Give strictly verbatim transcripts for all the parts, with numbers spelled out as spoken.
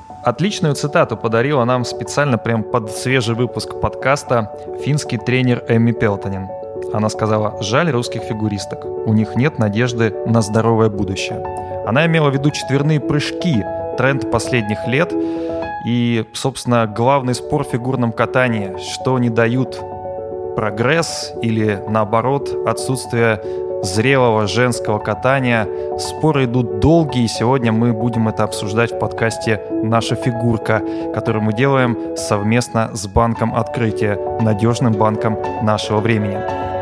Отличную цитату подарила нам специально прям под свежий выпуск подкаста финский тренер Эмми Пелтонен. Она сказала: «Жаль русских фигуристок, у них нет надежды на здоровое будущее». Она имела в виду четверные прыжки, тренд последних лет и, собственно, главный спор в фигурном катании, что не дают прогресс или, наоборот, отсутствие зрелого женского катания. Споры идут долгие, и сегодня мы будем это обсуждать в подкасте «Наша фигурка», который мы делаем совместно с Банком Открытия, надежным банком нашего времени.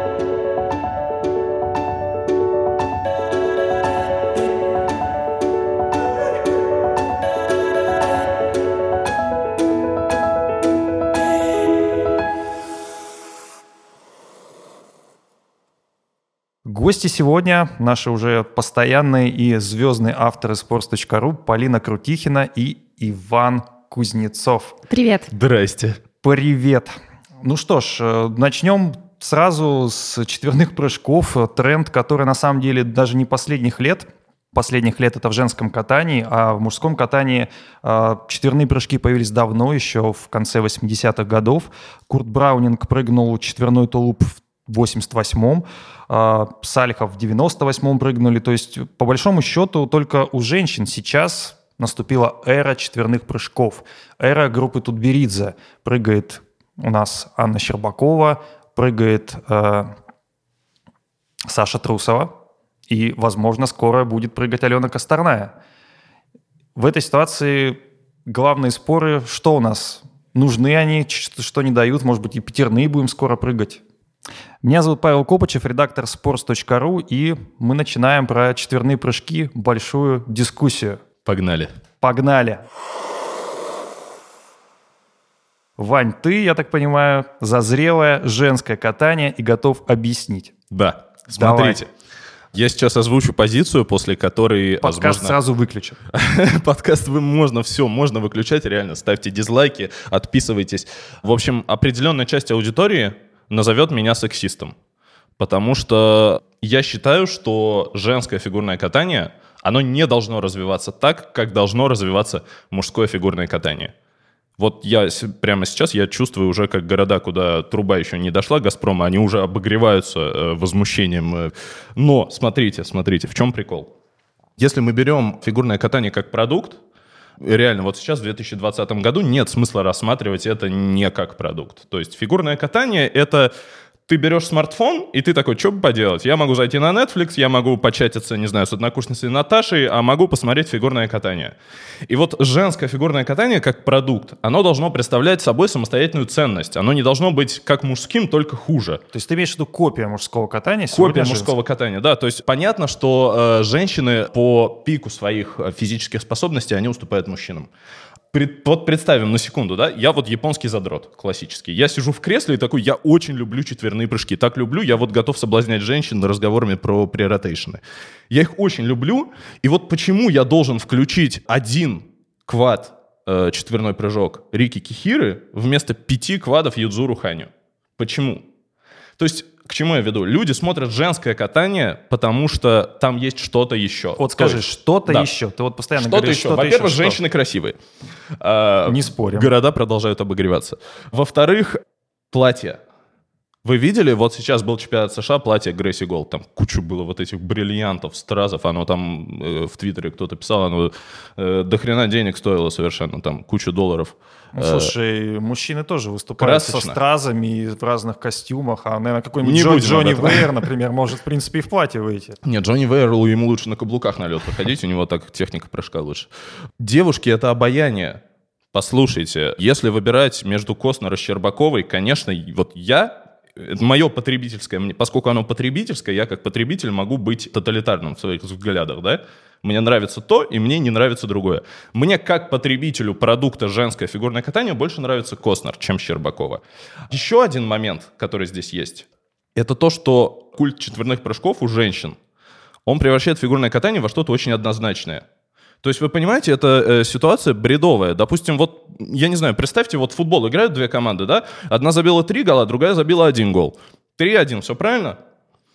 Гости сегодня — наши уже постоянные и звездные авторы спортс точка ру Полина Крутихина и Иван Кузнецов. Привет. Здрасте. Привет. Ну что ж, начнем сразу с четверных прыжков. Тренд, который на самом деле даже не последних лет. Последних лет это в женском катании, а в мужском катании э, четверные прыжки появились давно, еще в конце восьмидесятых годов. Курт Браунинг прыгнул четверной тулуп в восемьдесят восьмом, э, Салихов в девяносто восьмом прыгнули. То есть, по большому счету, только у женщин сейчас наступила эра четверных прыжков. Эра группы Тутберидзе. Прыгает у нас Анна Щербакова, прыгает э, Саша Трусова. И, возможно, скоро будет прыгать Алена Косторная. В этой ситуации главные споры, что у нас? Нужны они, что не дают? Может быть, и пятерные будем скоро прыгать? Меня зовут Павел Копачев, редактор спортс точка ру, и мы начинаем про четверные прыжки большую дискуссию. Погнали. Погнали. Вань, ты, я так понимаю, за зрелое женское катание и готов объяснить. Да, смотрите. Давай. Я сейчас озвучу позицию, после которой, подкаст возможно... сразу выключен. Подкаст вы можно, все, можно выключать, реально. Ставьте дизлайки, отписывайтесь. В общем, определенная часть аудитории назовет меня сексистом. Потому что я считаю, что женское фигурное катание, оно не должно развиваться так, как должно развиваться мужское фигурное катание. Вот я прямо сейчас я чувствую уже, как города, куда труба еще не дошла, Газпрома, они уже обогреваются э, возмущением. Но смотрите, смотрите, в чем прикол? Если мы берем фигурное катание как продукт, реально, вот сейчас, в две тысячи двадцатом году, нет смысла рассматривать это не как продукт. То есть фигурное катание — это... Ты берешь смартфон, и ты такой: что бы поделать? Я могу зайти на Netflix, я могу початиться, не знаю, с однокурсницей Наташей, а могу посмотреть фигурное катание. И вот женское фигурное катание как продукт, оно должно представлять собой самостоятельную ценность. Оно не должно быть как мужским, только хуже. То есть ты имеешь в виду копия мужского катания? Копия мужского катания, да. То есть понятно, что э, женщины по пику своих физических способностей, они уступают мужчинам. Вот представим на секунду, да, я вот японский задрот, классический. Я сижу в кресле и такой: я очень люблю четверные прыжки. Так люблю, я вот готов соблазнять женщин разговорами про преротейшены. Я их очень люблю, и вот почему я должен включить один квад, э, четверной прыжок Рики Кихиры вместо пяти квадов Юдзуру Ханю? Почему? То есть... К чему я веду? Люди смотрят женское катание, потому что там есть что-то еще. Вот скажи, есть, что-то да. еще. Ты вот постоянно что-то говоришь, еще. что-то Во-первых, еще. женщины что? красивые. Не спорим. Города продолжают обогреваться. Во-вторых, платья. Вы видели, вот сейчас был чемпионат США, платье Грейси Голд, там куча было вот этих бриллиантов, стразов, оно там э, в Твиттере кто-то писал, оно э, до хрена денег стоило совершенно, там кучу долларов. Ну, слушай, мужчины тоже выступают красочно. Со стразами и в разных костюмах, а, наверное, какой-нибудь Джо, Джонни Вейер, например, может, в принципе, и в платье выйти. Нет, Джонни Вейер, ему лучше на каблуках на лед выходить, у него так техника прыжка лучше. Девушки — это обаяние. Послушайте, если выбирать между Костнер и Щербаковой, конечно, вот я... Это мое потребительское, поскольку оно потребительское, я как потребитель могу быть тоталитарным в своих взглядах, да? Мне нравится то, и мне не нравится другое. Мне как потребителю продукта женское фигурное катание больше нравится Костнер, чем Щербакова. Еще один момент, который здесь есть, это то, что культ четверных прыжков у женщин, он превращает фигурное катание во что-то очень однозначное. То есть, вы понимаете, это э, ситуация бредовая. Допустим, вот, я не знаю, представьте, вот в футбол играют две команды, да? Одна забила три гола, другая забила один гол. три один, все правильно?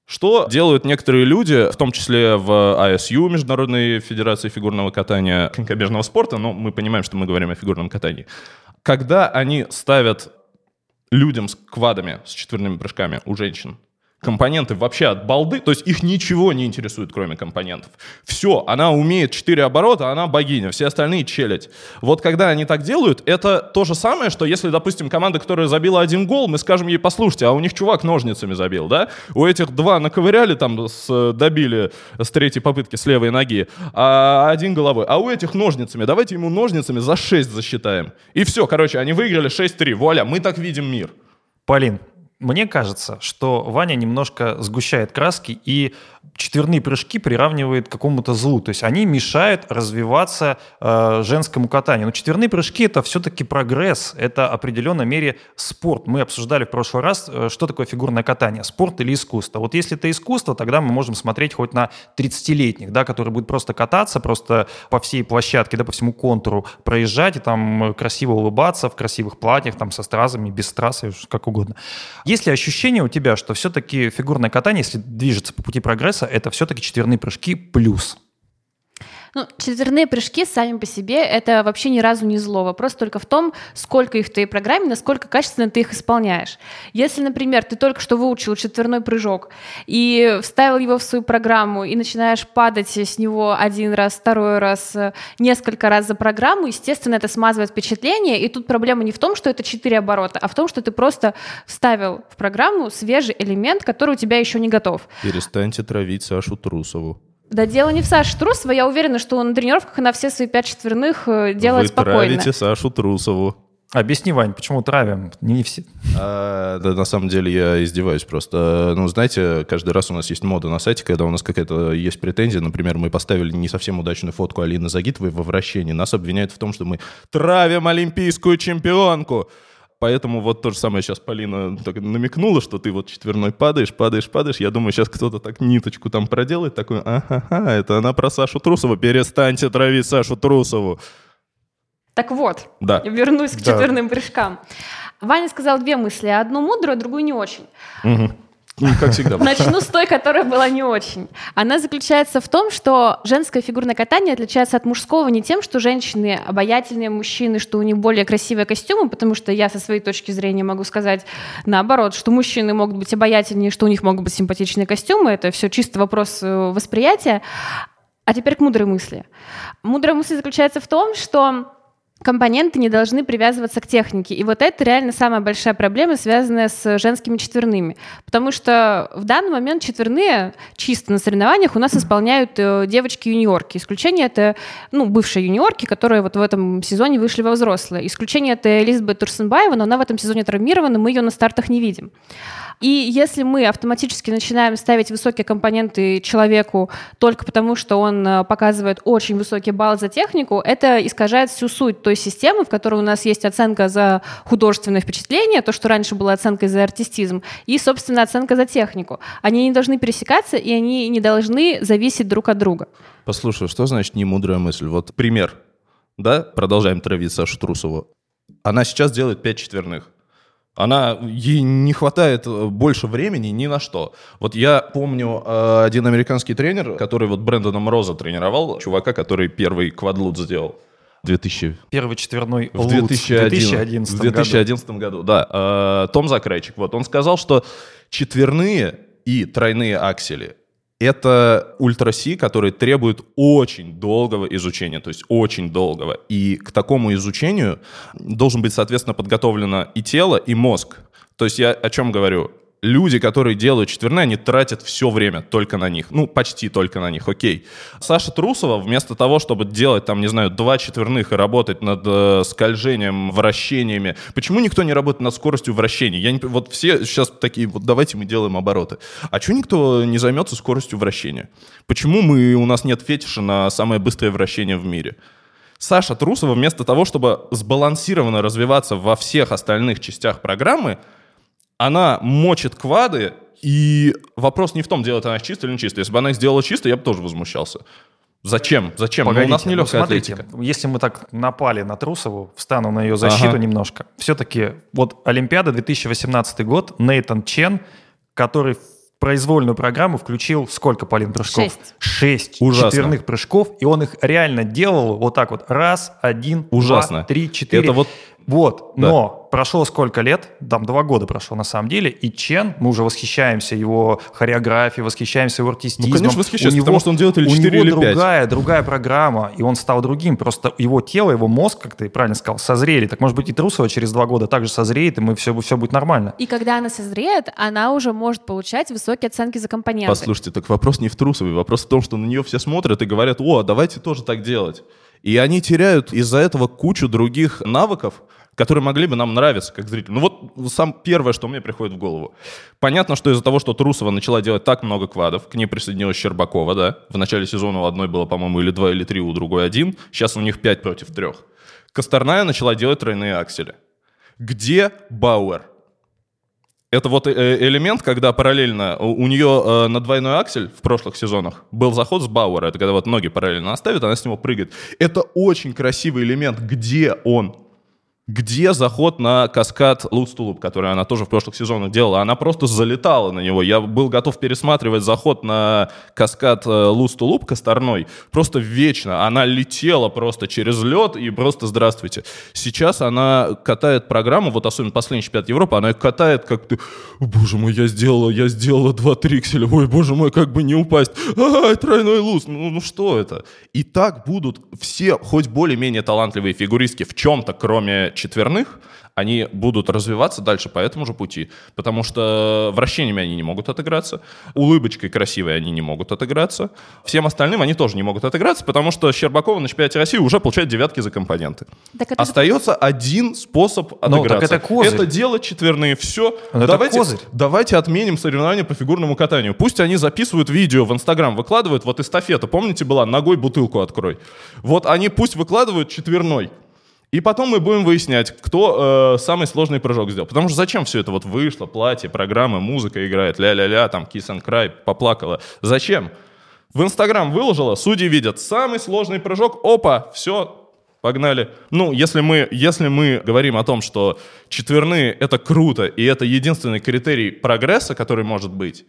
Что делают некоторые люди, в том числе в ай эс ю, Международной Федерации фигурного катания, конькобежного спорта, но мы понимаем, что мы говорим о фигурном катании, когда они ставят людям с квадами, с четверными прыжками у женщин компоненты вообще от балды, то есть их ничего не интересует, кроме компонентов. Все, она умеет четыре оборота, она богиня, все остальные челядь. Вот когда они так делают, это то же самое, что если, допустим, команда, которая забила один гол, мы скажем ей: послушайте, а у них чувак ножницами забил, да? У этих два наковыряли, там, с, добили с третьей попытки с левой ноги, а один головой. А у этих ножницами, давайте ему ножницами за шесть засчитаем. И все, короче, они выиграли шесть три. Вуаля, мы так видим мир. Полин, мне кажется, что Ваня немножко сгущает краски и четверные прыжки приравнивает к какому-то злу. То есть они мешают развиваться э, женскому катанию. Но четверные прыжки — это все-таки прогресс, это в определенной мере спорт. Мы обсуждали в прошлый раз, э, что такое фигурное катание, спорт или искусство. Вот если это искусство, тогда мы можем смотреть хоть на тридцатилетних, да, которые будут просто кататься, просто по всей площадке, да, по всему контуру проезжать и там красиво улыбаться в красивых платьях, там со стразами, без страз, как угодно. Есть ли ощущение у тебя, что все-таки фигурное катание, если движется по пути прогресса, это все-таки четверные прыжки плюс? Ну, четверные прыжки сами по себе — это вообще ни разу не зло. Вопрос только в том, сколько их в твоей программе, насколько качественно ты их исполняешь. Если, например, ты только что выучил четверной прыжок и вставил его в свою программу и начинаешь падать с него один раз, второй раз, несколько раз за программу, естественно, это смазывает впечатление, и тут проблема не в том, что это четыре оборота, а в том, что ты просто вставил в программу свежий элемент, который у тебя еще не готов. Перестаньте травить Сашу Трусову. Да дело не в Саше Трусовой. Я уверена, что на тренировках она все свои пять четверных делает Вы спокойно. Вы травите Сашу Трусову. Объясни, Вань, почему травим? Не все. А, да, на самом деле я издеваюсь просто. Ну, знаете, каждый раз у нас есть мода на сайте, когда у нас какая-то есть претензия. Например, мы поставили не совсем удачную фотку Алины Загитовой во вращении. Нас обвиняют в том, что мы травим олимпийскую чемпионку. Поэтому вот то же самое сейчас Полина так намекнула, что ты вот четверной падаешь, падаешь, падаешь. Я думаю, сейчас кто-то так ниточку там проделает, такой: ага, это она про Сашу Трусову. Перестаньте травить Сашу Трусову. Так вот, да. вернусь к да. четверным прыжкам. Ваня сказал две мысли, одну мудрую, другую не очень. Угу. Ну, как всегда. Начну с той, которая была не очень. Она заключается в том, что женское фигурное катание отличается от мужского не тем, что женщины обаятельные мужчины, что у них более красивые костюмы, потому что я со своей точки зрения могу сказать наоборот, что мужчины могут быть обаятельнее, что у них могут быть симпатичные костюмы. Это все чисто вопрос восприятия. А теперь к мудрой мысли. Мудрая мысль заключается в том, что компоненты не должны привязываться к технике. И вот это реально самая большая проблема, связанная с женскими четверными. Потому что в данный момент четверные чисто на соревнованиях у нас исполняют девочки-юниорки. Исключение — это ну, бывшие юниорки, которые вот в этом сезоне вышли во взрослые. Исключение — это Элизабет Турсенбаева, но она в этом сезоне травмирована, мы ее на стартах не видим. И если мы автоматически начинаем ставить высокие компоненты человеку только потому, что он показывает очень высокий балл за технику, это искажает всю суть той системы, в которой у нас есть оценка за художественное впечатление, то, что раньше была оценкой за артистизм, и, собственно, оценка за технику. Они не должны пересекаться, и они не должны зависеть друг от друга. Послушай, что значит не мудрая мысль? Вот пример, да? Продолжаем травить Сашу Трусову. Она сейчас делает пять четверных. Она, ей не хватает больше времени ни на что. Вот я помню э, один американский тренер, который вот Брэндона Мороза тренировал, чувака, который первый квадлут сделал. две тысячи Первый четверной в лут две тысячи одиннадцатом, в две тысячи одиннадцатом году. году, да. Э, Том Закрайчик, вот, он сказал, что четверные и тройные аксели — это ультра-си, которые требуют очень долгого изучения, то есть очень долгого. И к такому изучению должен быть, соответственно, подготовлено и тело, и мозг. То есть я о чем говорю? Люди, которые делают четверные, они тратят все время только на них. Ну, почти только на них, окей. Саша Трусова, вместо того, чтобы делать, там, не знаю, два четверных и работать над э, скольжением, вращениями, почему никто не работает над скоростью вращений? Я не, вот все сейчас такие, вот давайте мы делаем обороты. А чего никто не займется скоростью вращения? Почему мы, у нас нет фетиша на самое быстрое вращение в мире? Саша Трусова, вместо того, чтобы сбалансированно развиваться во всех остальных частях программы, она мочит квады, и вопрос не в том, делает она чисто или не чисто. Если бы она их сделала чисто, я бы тоже возмущался. Зачем? Зачем? Погодите, ну, у нас не легкая ну, смотрите, атлетика. Если мы так напали на Трусову, встану на ее защиту ага. немножко. Все-таки вот Олимпиада две тысячи восемнадцатый год, Нейтан Чен, который произвольную программу включил сколько, Полин, прыжков? Шесть. Шесть Ужасно. четверных прыжков, и он их реально делал вот так вот. Раз, один, Ужасно. два, три, четыре. Это вот... Вот, Да. но прошло сколько лет, там два года прошло на самом деле, и Чен, мы уже восхищаемся его хореографией, восхищаемся его артистизмом. Ну, конечно, восхищаемся, У него- потому что он делает или у четыре, него или пять. другая, другая программа, и он стал другим. Просто его тело, его мозг, как ты правильно сказал, созрели. Так может быть и Трусова через два года также созреет, и мы все, все будет нормально. И когда она созреет, она уже может получать высокие оценки за компоненты. Послушайте, так вопрос не в Трусовой, вопрос в том, что на нее все смотрят и говорят: о, давайте тоже так делать. И они теряют из-за этого кучу других навыков, которые могли бы нам нравиться как зрителям. Ну вот сам первое, что мне приходит в голову. Понятно, что из-за того, что Трусова начала делать так много квадов, к ней присоединилась Щербакова, да, в начале сезона у одной было, по-моему, или два, или три, у другой один, сейчас у них пять против трех. Косторная начала делать тройные аксели. Где Бауэр? Это вот элемент, когда параллельно у нее на двойной аксель в прошлых сезонах был заход с Бауэра. Это когда вот ноги параллельно наставит, она с него прыгает. Это очень красивый элемент. Где он? Где заход на каскад луз-тулуп, который она тоже в прошлых сезонах делала? Она просто залетала на него. Я был готов пересматривать заход на каскад луз-тулуп косторной просто вечно. Она летела просто через лед и просто здравствуйте. Сейчас она катает программу, вот особенно последний чемпионат Европы, она катает как-то: боже мой, я сделала, я сделала два трикселя, ой, боже мой, как бы не упасть, а, тройной луз, ну, ну что это? И так будут все, хоть более-менее талантливые фигуристки в чем-то, кроме четверных, они будут развиваться дальше по этому же пути, потому что вращениями они не могут отыграться, улыбочкой красивой они не могут отыграться, всем остальным они тоже не могут отыграться, потому что Щербакова на чемпионате России уже получает девятки за компоненты. Так это Остается один способ Ну, отыграться. так это козырь. Это делать четверные, все. Но это Давайте, козырь. давайте отменим соревнования по фигурному катанию. Пусть они записывают видео в Инстаграм, выкладывают, вот эстафета, помните, была «Ногой бутылку открой». Вот они пусть выкладывают четверной. И потом мы будем выяснять, кто э, самый сложный прыжок сделал. Потому что зачем все это вот вышло, платье, программы, музыка играет, ля-ля-ля, там, kiss and cry, поплакала. Зачем? В Инстаграм выложила, судьи видят, самый сложный прыжок, опа, все, погнали. Ну, если мы, если мы говорим о том, что четверные — это круто, и это единственный критерий прогресса, который может быть,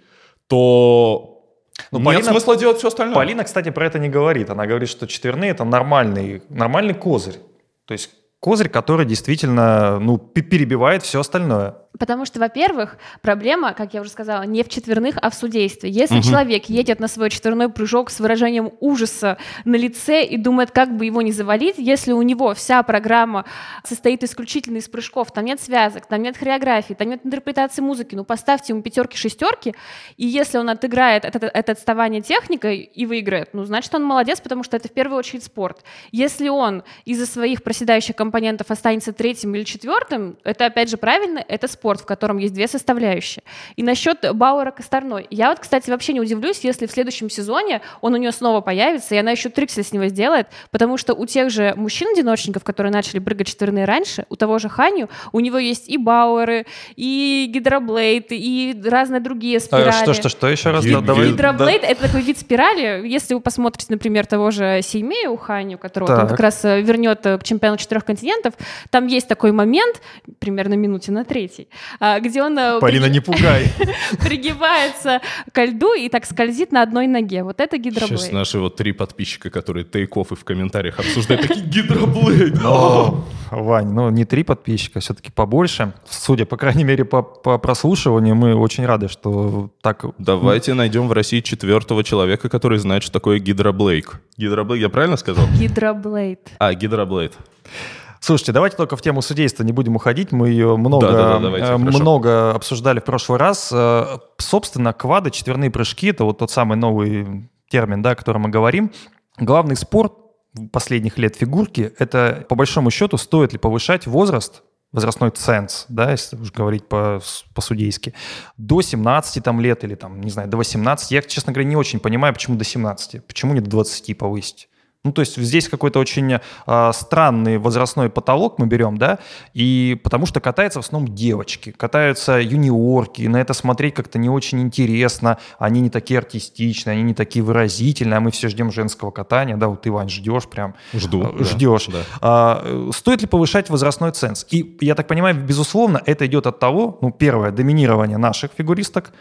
то Ну, нет Полина- смысла делать все остальное. Полина, кстати, про это не говорит. Она говорит, что четверные – это нормальный, нормальный козырь. То есть козырь, который действительно ну, п- перебивает все остальное. Потому что, во-первых, проблема, как я уже сказала, не в четверных, а в судействе. Если Мгм. человек едет на свой четверной прыжок с выражением ужаса на лице и думает, как бы его не завалить, если у него вся программа состоит исключительно из прыжков, там нет связок, там нет хореографии, там нет интерпретации музыки, ну поставьте ему пятерки-шестерки, и если он отыграет это, это отставание техникой и выиграет, ну значит он молодец, потому что это в первую очередь спорт. Если он из-за своих проседающих компонентов останется третьим или четвертым, это опять же правильно, это спорт, в котором есть две составляющие. И насчет Бауэра Косторной. Я вот, кстати, вообще не удивлюсь, если в следующем сезоне он у нее снова появится, и она еще триксель с него сделает, потому что у тех же мужчин-одиночников, которые начали прыгать четверные раньше, у того же Ханю, у него есть и Бауэры, и гидроблейд, и разные другие спирали. А, что, что, что еще раз? Гид- Да, давай. Гидроблейд — это такой вид спирали. Если вы посмотрите, например, того же Сеймея у Ханю, которого он Так. как раз э, вернет э, к чемпиону четырех континентов, там есть такой момент, примерно минуте на третий, а, где он э, Полина, приги- не пугай. пригибается ко льду и так скользит на одной ноге. Вот это гидроблейд. Сейчас наши вот три подписчика, которые тейк-оффы в комментариях обсуждают, такие: гидроблейд. Но, Вань, ну не три подписчика, все-таки побольше. Судя, по крайней мере, по, по прослушиванию, мы очень рады, что так... Давайте найдем в России четвертого человека, который знает, что такое гидроблейк. Гидроблейк, я правильно сказал? Гидроблейд. А, гидроблейд. Слушайте, давайте только в тему судейства не будем уходить. Мы ее много, Да-да-да, давайте, э, хорошо. много обсуждали в прошлый раз. Э, Собственно, квады, четверные прыжки — это вот тот самый новый термин, да, о котором мы говорим. Главный спор последних лет фигурки — это, по большому счету, стоит ли повышать возраст, возрастной ценз, да, если уж говорить по- по-судейски, до семнадцати там, лет или, там, не знаю, до восемнадцати. Я, честно говоря, не очень понимаю, почему до семнадцати, почему не до двадцати повысить. Ну, то есть здесь какой-то очень э, странный возрастной потолок мы берем, да, и потому что катаются в основном девочки, катаются юниорки, и на это смотреть как-то не очень интересно, они не такие артистичные, они не такие выразительные, а мы все ждем женского катания, да, вот ты, Вань, ждешь прям. Жду. Э, Ждешь. Да. А, стоит ли повышать возрастной ценз? И, я так понимаю, безусловно, это идет от того, ну, первое, доминирование наших фигуристок,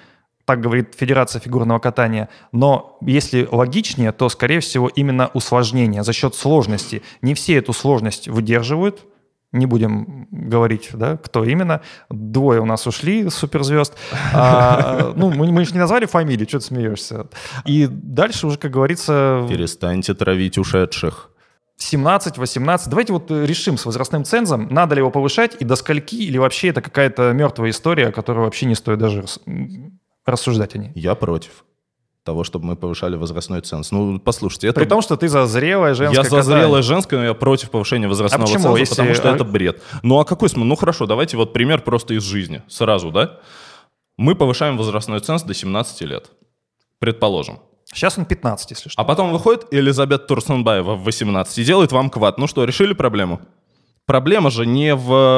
так говорит Федерация фигурного катания. Но если логичнее, то, скорее всего, именно усложнение за счет сложности. Не все эту сложность выдерживают. Не будем говорить, да, кто именно. Двое у нас ушли, суперзвезд. А, ну, мы, мы же не назвали фамилии, что ты смеешься. И дальше уже, как говорится... Перестаньте травить ушедших. семнадцать, восемнадцать. Давайте вот решим с возрастным цензом, надо ли его повышать и до скольки, или вообще это какая-то мертвая история, которую вообще не стоит даже рассуждать о ней. Я против того, чтобы мы повышали возрастной ценз. Ну, послушайте, это... При том, что ты за зрелое женское Я за зрелое женское, но я против повышения возрастного а почему? ценза, Если... потому что это бред. Ну, а какой смысл? Ну, хорошо, давайте вот пример просто из жизни. Сразу, да? Мы повышаем возрастной ценз до семнадцати лет. Предположим. Сейчас он пятнадцать, если что. А потом выходит Элизабет Турсунбаева в восемнадцать и делает вам квад. Ну что, решили проблему? Проблема же не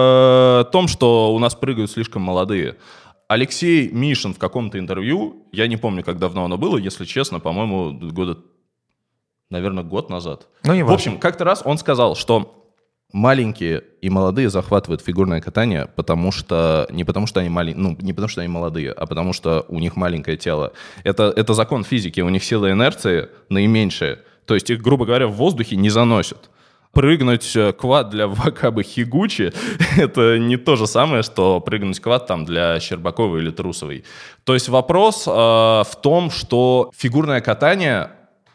в том, что у нас прыгают слишком молодые. Алексей Мишин в каком-то интервью, я не помню, как давно оно было, если честно, по-моему, года, наверное, год назад. Ну, не в общем, как-то раз он сказал, что маленькие и молодые захватывают фигурное катание, потому что не потому что они маленькие, ну не потому что они молодые, а потому что у них маленькое тело. Это это закон физики, у них сила инерции наименьшая, то есть их, грубо говоря, в воздухе не заносят. Прыгнуть квад для Вакабы Хигучи — это не то же самое, что прыгнуть квад там для Щербаковой или Трусовой. То есть вопрос э, в том, что фигурное катание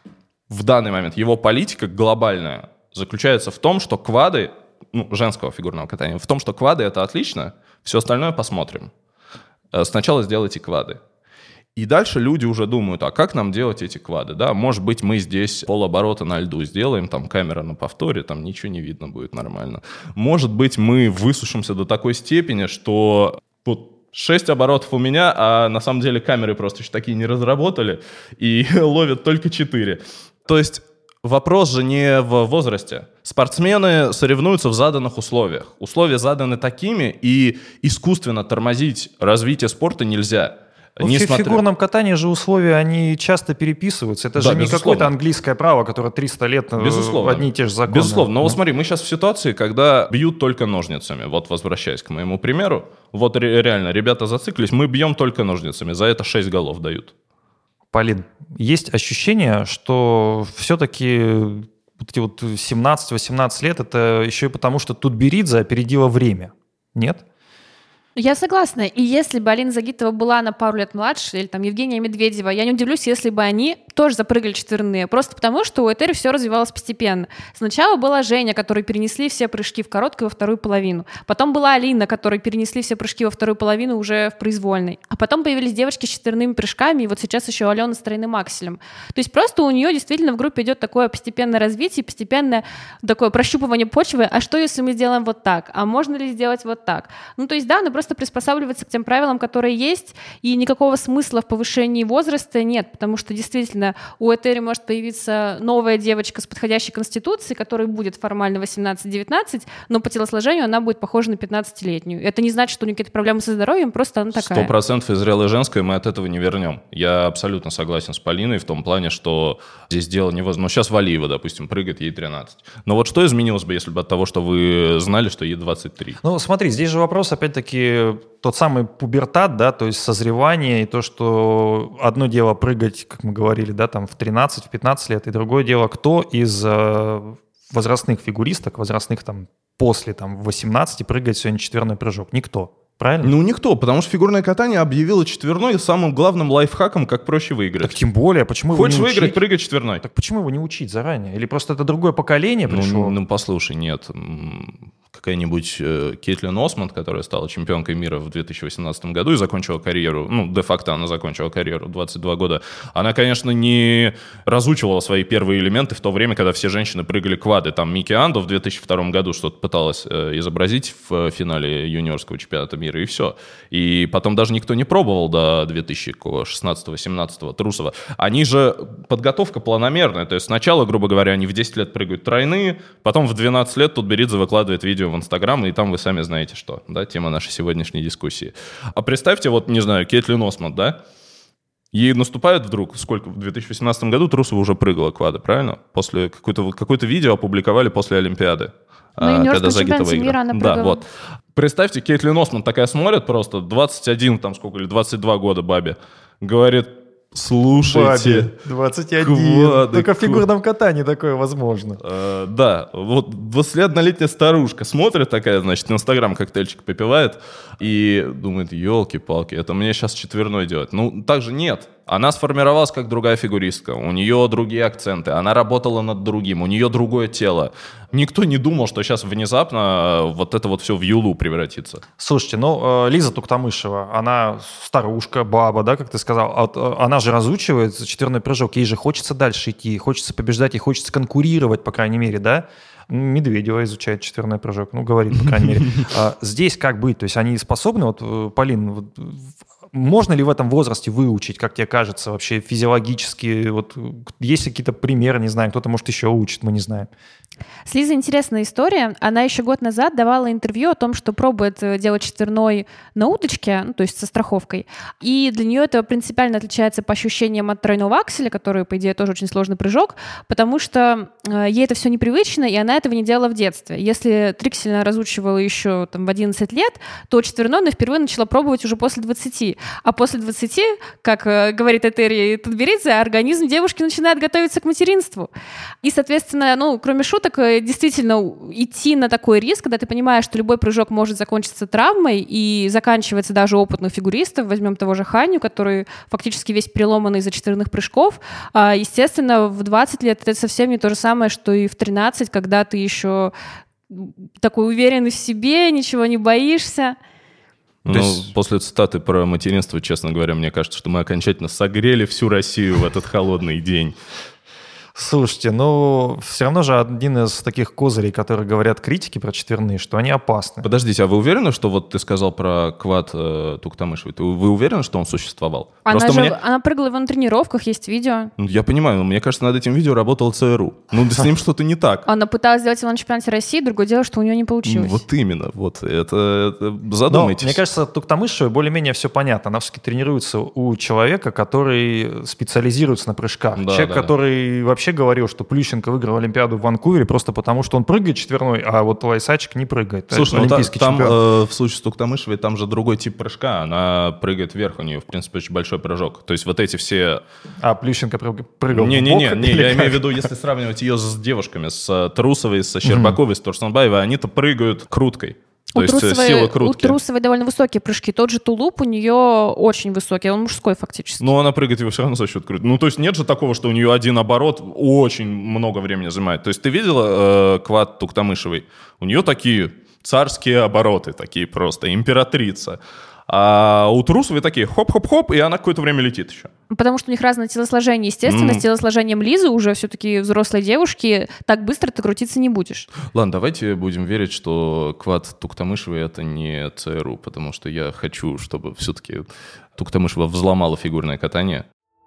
в данный момент, его политика глобальная, заключается в том, что квады, ну, женского фигурного катания, в том, что квады — это отлично, все остальное посмотрим. Сначала сделайте квады. И дальше люди уже думают, а как нам делать эти квады, да? Может быть, мы здесь полоборота на льду сделаем, там камера на повторе, там ничего не видно будет нормально. Может быть, мы высушимся до такой степени, что вот шесть оборотов у меня, а на самом деле камеры просто еще такие не разработали и ловят только четыре. То есть вопрос же не в возрасте. Спортсмены соревнуются в заданных условиях. Условия заданы такими, и искусственно тормозить развитие спорта нельзя. В смотря... фигурном катании же условия, они часто переписываются. Это да, же не безусловно. Какое-то английское право, которое триста лет безусловно. В одни и те же законы. Безусловно. Но ну. вот смотри, мы сейчас в ситуации, когда бьют только ножницами. Вот возвращаясь к моему примеру, вот ре- реально, ребята зациклились, мы бьем только ножницами, за это шесть голов дают. Полин, есть ощущение, что все-таки вот эти вот семнадцать-восемнадцать лет, это еще и потому, что Тутберидзе опередила время. Нет? Я согласна. И если бы Алина Загитова была на пару лет младше, или там Евгения Медведева, я не удивлюсь, если бы они тоже запрыгали четверные. Просто потому, что у Этери все развивалось постепенно. Сначала была Женя, которой перенесли все прыжки в короткую во вторую половину. Потом была Алина, которой перенесли все прыжки во вторую половину уже в произвольной. А потом появились девочки с четверными прыжками, и вот сейчас еще Алена с тройным акселем. То есть просто у нее действительно в группе идет такое постепенное развитие, постепенное такое прощупывание почвы. А что, если мы сделаем вот так? А можно ли сделать вот так? Ну, то есть, да, она просто приспосабливается к тем правилам, которые есть, и никакого смысла в повышении возраста нет, потому что действительно у Этери может появиться новая девочка с подходящей конституцией, которая будет формально восемнадцать-девятнадцать, но по телосложению она будет похожа на пятнадцатилетнюю. Это не значит, что у нее какие-то проблемы со здоровьем, просто она такая. Сто процентов и зрелая женская, мы от этого не вернем. Я абсолютно согласен с Полиной в том плане, что здесь дело не возможно. Ну, сейчас Валиева, допустим, прыгает, ей тринадцать. Но вот что изменилось бы, если бы от того, что вы знали, что ей двадцать три? Ну, смотри, здесь же вопрос, опять-таки, тот самый пубертат, да, то есть созревание, и то, что одно дело прыгать, как мы говорили, да, там в тринадцать-пятнадцать лет, и другое дело, кто из э, возрастных фигуристок, возрастных там после там восемнадцати прыгает сегодня четверной прыжок? Никто. Правильно? Ну, никто, потому что фигурное катание объявило четверной самым главным лайфхаком, как проще выиграть. Так тем более, почему Хочешь его не выиграть, учить? прыгай четверной. Так почему его не учить заранее? Или просто это другое поколение пришло? Ну, ну послушай, нет. Какая-нибудь э, Кейтлин Осмонд, которая стала чемпионкой мира в две тысячи восемнадцатом году и закончила карьеру, ну, де-факто она закончила карьеру двадцать два года, она, конечно, не разучивала свои первые элементы в то время, когда все женщины прыгали квады. Там Мики Андо в две тысячи втором году что-то пыталась э, изобразить в финале юниорского чемпионата мира, и все. И потом даже никто не пробовал до две тысячи шестнадцатого-семнадцатого Трусова. Они же, подготовка планомерная, то есть сначала, грубо говоря, они в десять лет прыгают тройные, потом в двенадцать лет Тутберидзе выкладывает видео в Инстаграм, и там вы сами знаете что, да, тема нашей сегодняшней дискуссии. А представьте, вот, не знаю, Кейтлин Осмонд, да, ей наступает вдруг, сколько, в две тысячи восемнадцатом году Трусова уже прыгала квады, правильно? После какое-то, какое-то видео опубликовали после Олимпиады. На когда Загитова играла. Да, вот. Представьте, Кейтлин Осмонд такая смотрит просто, двадцать один, там сколько, или двадцать два года бабе. говорит: слушайте, Бабе двадцать один. квады, Только в ку- фигурном катании такое возможно. Э, да, вот двадцатилетняя старушка смотрит такая, значит, в Инстаграм коктейльчик попивает и думает: елки-палки, это мне сейчас четверной делать. Ну, так же нет. Она сформировалась как другая фигуристка, у нее другие акценты, она работала над другим, у нее другое тело. Никто не думал, что сейчас внезапно вот это вот все в юлу превратится. Слушайте, ну, э, Лиза Туктамышева, она старушка, баба, да, как ты сказал, а вот, э, она же разучивает четверной прыжок, ей же хочется дальше идти, хочется побеждать, ей хочется конкурировать, по крайней мере, да? Медведева изучает четверной прыжок, ну, говорит, по крайней мере. А здесь как быть? То есть они способны, вот, э, Полин, вот, можно ли в этом возрасте выучить, как тебе кажется, вообще физиологически? Вот, есть ли какие-то примеры, не знаю, кто-то, может, еще учит, мы не знаем. С Лизой интересная история. Она еще год назад давала интервью о том, что пробует делать четверной на удочке, ну, то есть со страховкой. И для нее это принципиально отличается по ощущениям от тройного акселя, который, по идее, тоже очень сложный прыжок, потому что э, ей это все непривычно, и она этого не делала в детстве. Если триксель она разучивала еще там, в одиннадцать лет, то четверной она впервые начала пробовать уже после двадцати. А после двадцати, как э, говорит Этери Тутберидзе, организм девушки начинает готовиться к материнству. И, соответственно, ну, кроме шуток, действительно идти на такой риск, когда ты понимаешь, что любой прыжок может закончиться травмой, и заканчивается даже у опытных фигуристов, возьмем того же Ханю, который фактически весь переломанный из-за четверных прыжков. Естественно, в двадцать лет это совсем не то же самое, что и в тринадцать, когда ты еще такой уверенный в себе, ничего не боишься. Ну, есть... после цитаты про материнство, честно говоря, мне кажется, что мы окончательно согрели всю Россию в этот холодный день. Слушайте, ну, все равно же один из таких козырей, которые говорят критики про четверные, что они опасны. Подождите, а вы уверены, что вот ты сказал про квад э, Туктамышевой? Вы уверены, что он существовал? Она Просто же, мне... она прыгала его на тренировках, есть видео. Ну, я понимаю, но мне кажется, над этим видео работал ЦРУ. Ну, с ним что-то не так. Она пыталась сделать его на чемпионате России, другое дело, что у нее не получилось. Вот именно, вот, это, это задумайтесь. Но, мне кажется, Туктамышевой более-менее все понятно. Она все-таки тренируется у человека, который специализируется на прыжках. Да, Человек, да, который да. вообще говорил, что Плющенко выиграл Олимпиаду в Ванкувере просто потому, что он прыгает четверной, а вот Лайсачек не прыгает. Слушай, ну олимпийский там, там э, в случае с Туктамышевой там же другой тип прыжка. Она прыгает вверх, у нее, в принципе, очень большой прыжок. То есть вот эти все... А Плющенко прыгал не, в не, бок? Не, не, не, я имею в виду, если сравнивать ее с девушками, с Трусовой, с Щербаковой, с Торсунбаевой, они-то прыгают круткой. То у есть Трусовой, сила крутки. У Трусовой довольно высокие прыжки. Тот же тулуп у нее очень высокий, он мужской фактически. Но она прыгает его все равно за счет крутки. Ну, то есть нет же такого, что у нее один оборот очень много времени занимает. То есть ты видела э, квад Туктамышевой? У нее такие царские обороты, такие просто, императрица. А у Трусовой такие хоп-хоп-хоп, и она какое-то время летит еще. Потому что у них разное телосложение. Естественно, mm. с телосложением Лизы, уже все-таки взрослой девушки, так быстро ты крутиться не будешь. Ладно, давайте будем верить, что квад Туктамышевой — это не ЦРУ, потому что я хочу, чтобы все-таки Туктамышева взломала фигурное катание.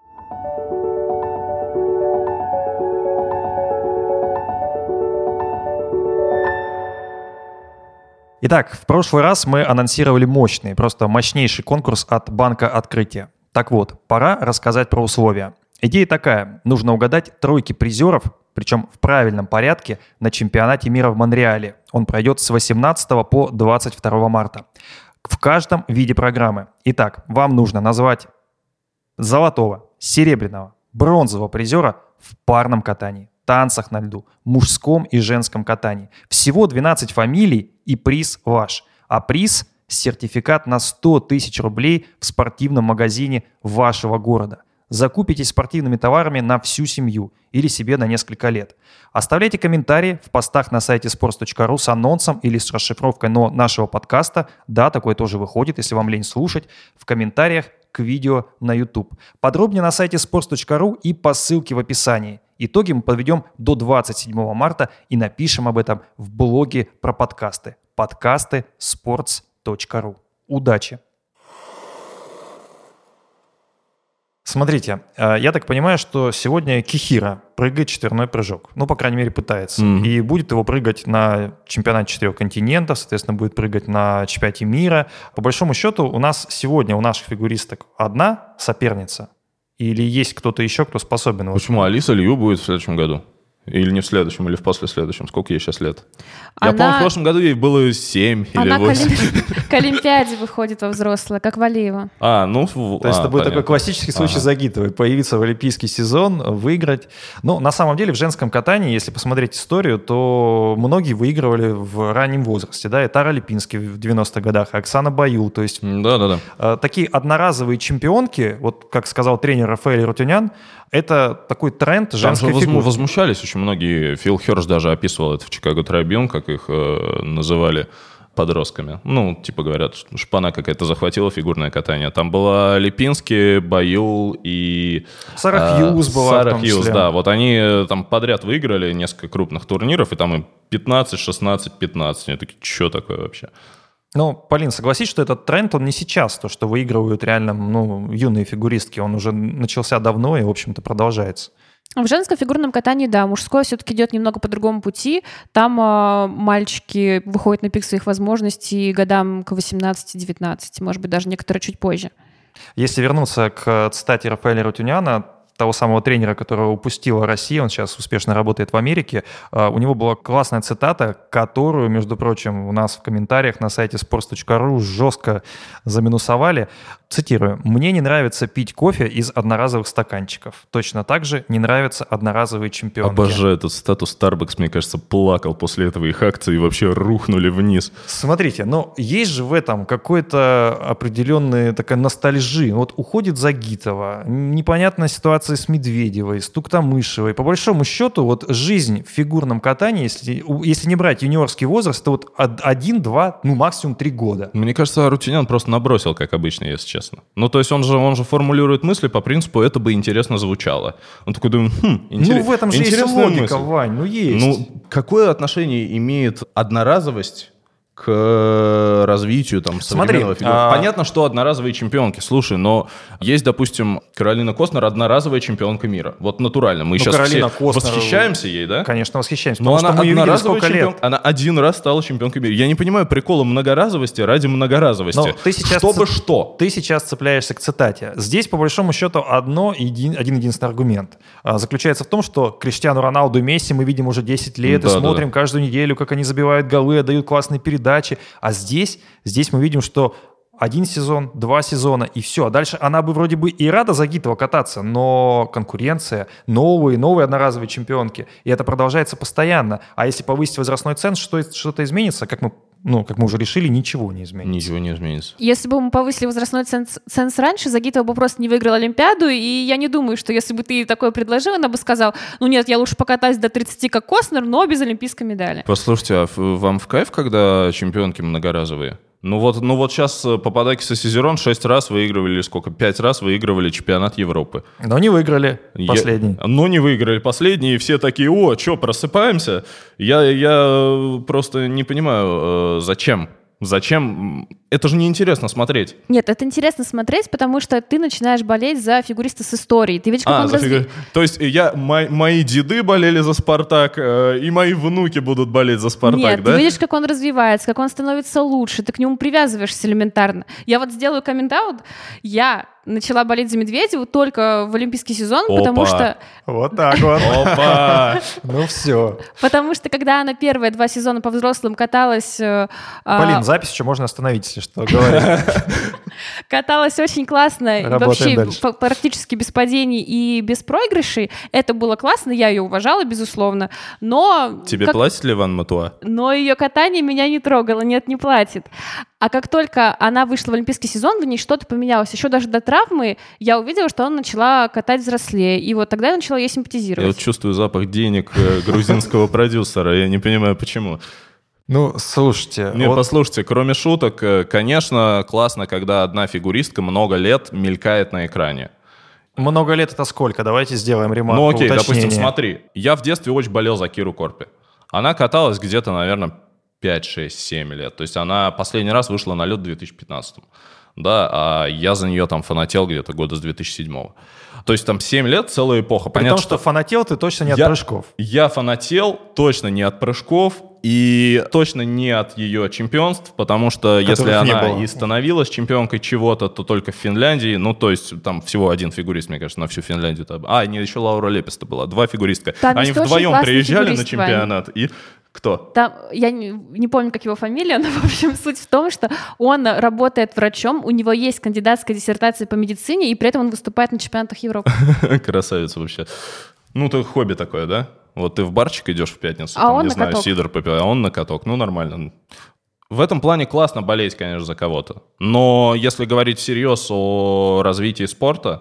Итак, в прошлый раз мы анонсировали мощный, просто мощнейший конкурс от Банка Открытия. Так вот, пора рассказать про условия. Идея такая. Нужно угадать тройки призеров, причем в правильном порядке, на чемпионате мира в Монреале. Он пройдет с восемнадцатого по двадцать второго марта. В каждом виде программы. Итак, вам нужно назвать золотого, серебряного, бронзового призера в парном катании, танцах на льду, мужском и женском катании. Всего двенадцать фамилий, и приз ваш. А приз – сертификат на сто тысяч рублей в спортивном магазине вашего города. Закупитесь спортивными товарами на всю семью или себе на несколько лет. Оставляйте комментарии в постах на сайте sports точка ru с анонсом или с расшифровкой но нашего подкаста. Да, такое тоже выходит, если вам лень слушать. В комментариях к видео на YouTube. Подробнее на сайте sports точка ru и по ссылке в описании. Итоги мы подведем до двадцать седьмого марта и напишем об этом в блоге про подкасты. подкасты sports точка ru. Удачи! Смотрите, я так понимаю, что сегодня Кихира прыгает четверной прыжок. Ну, по крайней мере, пытается. Mm-hmm. И будет его прыгать на чемпионате четырех континентов, соответственно, будет прыгать на чемпионате мира. По большому счету, у нас сегодня, у наших фигуристок одна соперница. Или есть кто-то еще, кто способен? Почему? Алиса Лью будет в следующем году. Или не в следующем, или в послеследующем. Сколько ей сейчас лет? Она... Я помню, в прошлом году ей было семь или восемь. Она к Олимпиаде выходит во взрослое, как Валиева. А, ну... То есть это будет такой классический случай Загитовой. Появиться в олимпийский сезон, выиграть. Ну, на самом деле, в женском катании, если посмотреть историю, то многие выигрывали в раннем возрасте. Да, и Тара Липинский в девяностых годах, Оксана Баюл. То есть да-да-да. Такие одноразовые чемпионки, вот как сказал тренер Рафаэль Рутюнян, это такой тренд женской фигуры. Там возмущались очень многие. Фил Хёрш даже описывал это в Chicago Tribune, как их э, называли подростками. Ну, типа говорят, шпана какая-то захватила фигурное катание. Там была Липинский, Баюл и... Сара Хьюз э, была Сара в том Хьюз, числе. да. Вот они там подряд выиграли несколько крупных турниров, и там им пятнадцать, шестнадцать, пятнадцать. Они такие, что такое вообще? Ну, Полин, согласись, что этот тренд, он не сейчас, то, что выигрывают реально ну, юные фигуристки, он уже начался давно и, в общем-то, продолжается. В женском фигурном катании, да, мужское все-таки идет немного по другому пути. Там э, мальчики выходят на пик своих возможностей годам к восемнадцати-девятнадцати, может быть, даже некоторые чуть позже. Если вернуться к цитате Рафаэля Рутюняна, того самого тренера, которого упустила Россия, он сейчас успешно работает в Америке, у него была классная цитата, которую, между прочим, у нас в комментариях на сайте sports точка ru жестко заминусовали. Цитирую. «Мне не нравится пить кофе из одноразовых стаканчиков. Точно так же не нравятся одноразовые чемпионки». Обожаю эту цитату. Starbucks, мне кажется, плакал после этого. Их акции вообще рухнули вниз. Смотрите, но есть же в этом какой-то определенная такая ностальжия. Вот уходит Загитова, непонятная ситуация с Медведевой, с Туктамышевой. По большому счету, вот жизнь в фигурном катании, если, если не брать юниорский возраст, то вот один, два, ну максимум три года. Мне кажется, Рутюнян просто набросил, как обычно, если честно. Ну, то есть он же, он же формулирует мысли по принципу «это бы интересно звучало». Он такой думает, хм, интерес, ну в этом же есть логика, мысль. Вань, ну есть. Ну, какое отношение имеет одноразовость к развитию там современного фигура. а... Понятно, что одноразовые чемпионки. Слушай, но есть, допустим, Каролина Костнер, одноразовая чемпионка мира. Вот натурально. Мы ну, сейчас Каролина все Костнер... восхищаемся ей, да? Конечно, восхищаемся. Но она что мы одноразовая чемпионка. Лет. Она один раз стала чемпионкой мира. Я не понимаю прикола многоразовости ради многоразовости. Но ты сейчас Чтобы ц... что? Ты сейчас цепляешься к цитате. Здесь, по большому счету, одно, един... один единственный аргумент. А, заключается в том, что Криштиану Роналду и Месси мы видим уже десять лет да, и смотрим да, да. каждую неделю, как они забивают голы, отдают классные передачи. А Здесь, здесь мы видим, что один сезон, два сезона, и все. А дальше она бы вроде бы и рада Загитова кататься, но конкуренция, новые, новые одноразовые чемпионки, и это продолжается постоянно. А если повысить возрастной ценз, что, что-то изменится, как мы, ну, как мы уже решили, ничего не изменится. Ничего не изменится. Если бы мы повысили возрастной ценз, ценз раньше, Загитова бы просто не выиграла Олимпиаду, и я не думаю, что если бы ты ей такое предложил, она бы сказала, ну нет, я лучше покатаюсь до тридцати, как Костнер, но без олимпийской медали. Послушайте, а вам в кайф, когда чемпионки многоразовые? Ну вот, ну вот сейчас Пападакис и Сизерон шесть раз выигрывали, или сколько, пять раз выигрывали чемпионат Европы. Но не выиграли последний. Я, но не выиграли последний, и все такие, о, что, просыпаемся? Я, я просто не понимаю, зачем? Зачем? Это же неинтересно смотреть. Нет, это интересно смотреть, потому что ты начинаешь болеть за фигуриста с историей. Ты видишь, как а, он разви... фигу... То есть я, мои, мои деды болели за «Спартак», э, и мои внуки будут болеть за «Спартак», Нет, да? ты видишь, как он развивается, как он становится лучше, ты к нему привязываешься элементарно. Я вот сделаю коммент-аут, я начала болеть за Медведеву только в олимпийский сезон, Опа. потому что... Вот так вот. Опа! Ну все. Потому что когда она первые два сезона по взрослым каталась... Полин, запись еще можно остановить, если что, говори. Каталась очень классно, Работаем вообще дальше. Практически без падений и без проигрышей. Это было классно, я ее уважала, безусловно, но... Тебе как... платит ли Ван Матуа? Но ее катание меня не трогало, нет, не платит. А как только она вышла в олимпийский сезон, в ней что-то поменялось. Еще даже до травмы я увидела, что она начала катать взрослее. И вот тогда я начала ей симпатизировать. Я вот чувствую запах денег грузинского продюсера. Я не понимаю, почему. Ну, слушайте... Не, вот... послушайте, кроме шуток, конечно, классно, когда одна фигуристка много лет мелькает на экране. Много лет это сколько? Давайте сделаем ремарку, Ну окей, уточнение. допустим, смотри. Я в детстве очень болел за Киру Корпи. Она каталась где-то, наверное, пять, шесть, семь лет. То есть она последний раз вышла на лед в две тысячи пятнадцатом. Да, а я за нее там фанател где-то года с две тысячи седьмого. То есть там семь лет, целая эпоха. При Понятно, том, что, что фанател ты точно не от я, прыжков. Я фанател точно не от прыжков И точно не от ее чемпионств, потому что Которых если она было. и становилась чемпионкой чего-то, то только в Финляндии. Ну, то есть там всего один фигурист, мне кажется, на всю Финляндию. А, не, еще Лаура Лепеста была, два фигуристка. Там Они есть очень вдвоем классный приезжали на фигурист, чемпионат, и кто? Там, я не, не помню, как его фамилия, но, в общем, суть в том, что он работает врачом, у него есть кандидатская диссертация по медицине, и при этом он выступает на чемпионатах Европы. Красавец вообще. Ну, это хобби такое, да? Вот ты в барчик идешь в пятницу, А там, он не на знаю, каток. сидр попил, а он на каток. Ну, нормально. В этом плане классно болеть, конечно, за кого-то. Но если говорить всерьез о развитии спорта,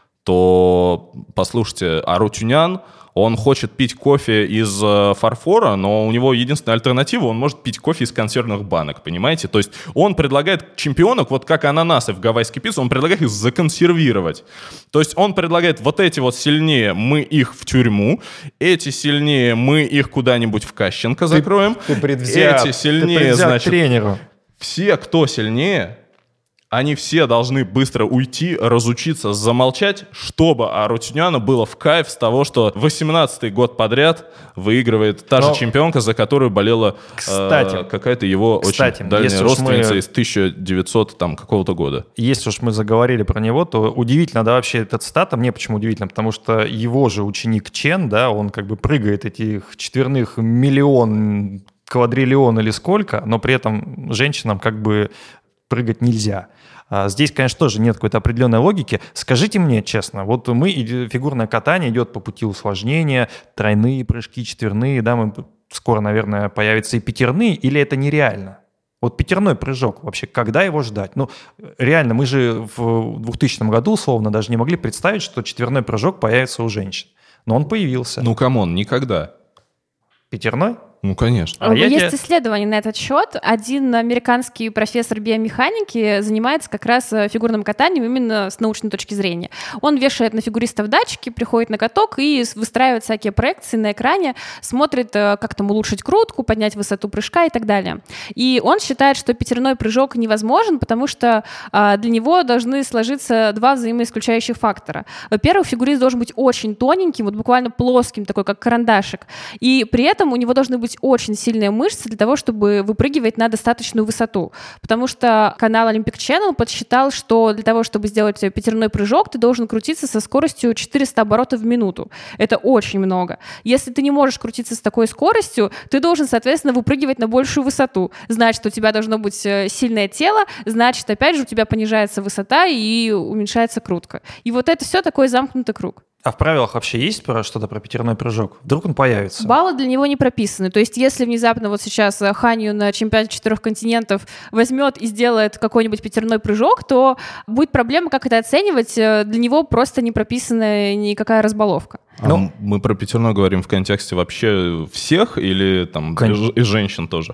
то, послушайте, Арутюнян, он хочет пить кофе из э, фарфора, но у него единственная альтернатива, он может пить кофе из консервных банок, понимаете? То есть он предлагает чемпионок, вот как ананасы в гавайской пицце, он предлагает их законсервировать. То есть он предлагает вот эти вот сильнее, мы их в тюрьму, эти сильнее, мы их куда-нибудь в Кащенко закроем, Ты предвзят, эти сильнее, ты предвзят значит, тренеру. все, кто сильнее, они все должны быстро уйти, разучиться, замолчать, чтобы Арутюняну было в кайф с того, что восемнадцатый год подряд выигрывает та Но, же чемпионка, за которую болела кстати, э, какая-то его кстати, очень дальняя если уж родственница мы- из тысяча девятисотого там, какого-то года. Если уж мы заговорили про него, то удивительно, да, вообще эта цитата, мне почему удивительно, потому что его же ученик Чен, да, он как бы прыгает этих четверных миллион, квадриллион или сколько, но при этом женщинам как бы прыгать нельзя. А здесь, конечно, тоже нет какой-то определенной логики. Скажите мне честно, вот мы, фигурное катание идет по пути усложнения, тройные прыжки, четверные, да, мы, скоро, наверное, появятся и пятерные, или это нереально? Вот пятерной прыжок вообще, когда его ждать? Ну, реально, мы же в двухтысячном году, условно, даже не могли представить, что четверной прыжок появится у женщин. Но он появился. Ну, камон, никогда. Пятерной? Ну, конечно. А я Есть тебе- исследования на этот счет. Один американский профессор биомеханики занимается как раз фигурным катанием именно с научной точки зрения. Он вешает на фигуристов датчики, приходит на каток и выстраивает всякие проекции на экране, смотрит, как там улучшить крутку, поднять высоту прыжка и так далее. И он считает, что пятерной прыжок невозможен, потому что а, для него должны сложиться два взаимоисключающих фактора. Во-первых, фигурист должен быть очень тоненьким, вот буквально плоским, такой как карандашик, и при этом у него должны быть очень сильные мышцы для того, чтобы выпрыгивать на достаточную высоту. Потому что канал Olympic Channel подсчитал, что для того, чтобы сделать пятерной прыжок, ты должен крутиться со скоростью четыреста оборотов в минуту. Это очень много. Если ты не можешь крутиться с такой скоростью, ты должен, соответственно, выпрыгивать на большую высоту. Значит, у тебя должно быть сильное тело, значит, опять же, у тебя понижается высота и уменьшается крутка. И вот это все такой замкнутый круг. А в правилах вообще есть про что-то про пятерной прыжок? Вдруг он появится? Баллы для него не прописаны. То есть если внезапно вот сейчас Ханью на чемпионате четырех континентов возьмет и сделает какой-нибудь пятерной прыжок, то будет проблема, как это оценивать. Для него просто не прописана никакая разбаловка. А Ну, мы про пятерной говорим в контексте вообще всех или там Кон- и, и женщин тоже?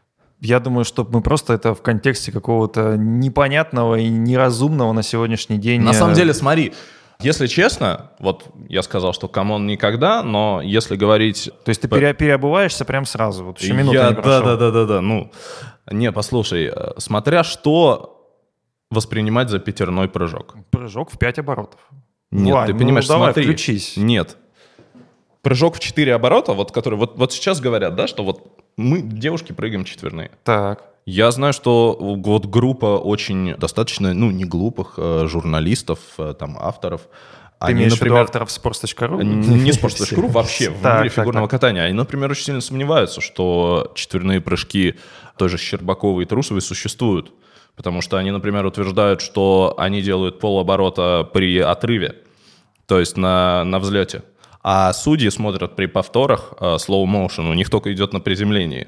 Я думаю, что мы просто это в контексте какого-то непонятного и неразумного на сегодняшний день... На э, самом деле, смотри, если честно, вот я сказал, что камон никогда, но если говорить... То есть ты по- пере- переобуваешься прям сразу, вот еще минута Я- не прошел. Да, да, да, да, да. Ну, не, послушай, э, смотря что воспринимать за пятерной прыжок. Прыжок в пять оборотов. Нет, Вань, ты ну понимаешь, давай, смотри. включись. Нет. Прыжок в четыре оборота, вот который вот, вот сейчас говорят, да, что вот мы, девушки, прыгаем четверные. Так. Я знаю, что вот группа очень достаточно, ну, не глупых э, журналистов, э, там, авторов. Ты имеешь в виду авторов спорт точка ру? Не спорт точка ру, вообще в Так, мире так, фигурного так. катания. Они, например, очень сильно сомневаются, что четверные прыжки той же Щербаковой и Трусовой существуют. Потому что они, например, утверждают, что они делают полоборота при отрыве, то есть на, на взлете. А судьи смотрят при повторах э, slow motion, у них только идет на приземлении.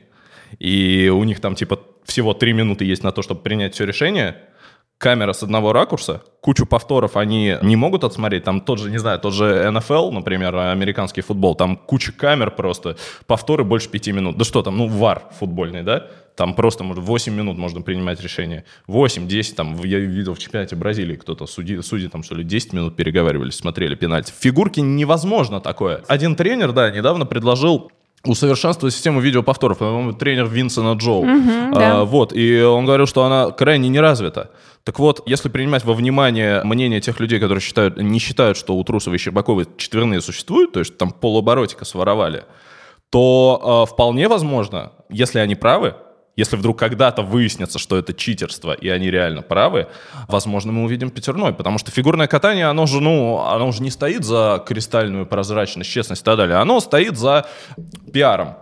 И у них там типа всего три минуты есть на то, чтобы принять все решение. Камера с одного ракурса, кучу повторов они не могут отсмотреть. Там тот же, не знаю, тот же эн эф эл, например, американский футбол, там куча камер просто, повторы больше пяти минут. Да что там, ну, вар футбольный, да? Там просто может, восемь минут можно принимать решение. восемь-десять, там, я видел в чемпионате Бразилии кто-то, судьи, судьи там, что ли, десять минут переговаривались, смотрели пенальти. В фигурке невозможно такое. Один тренер, да, недавно предложил усовершенствовать систему видеоповторов. По-моему, тренер Винсена Джоу. Мгм, А, да. вот, и он говорил, что она крайне не развита. Так вот, если принимать во внимание мнение тех людей, которые считают, не считают, что у Трусовой и Щербаковой четверные существуют, то есть там полоборотика своровали, то э, вполне возможно, если они правы, если вдруг когда-то выяснится, что это читерство, и они реально правы, возможно, мы увидим пятерной, потому что фигурное катание, оно же, ну, оно же не стоит за кристальную прозрачность, честность и так далее, оно стоит за пиаром.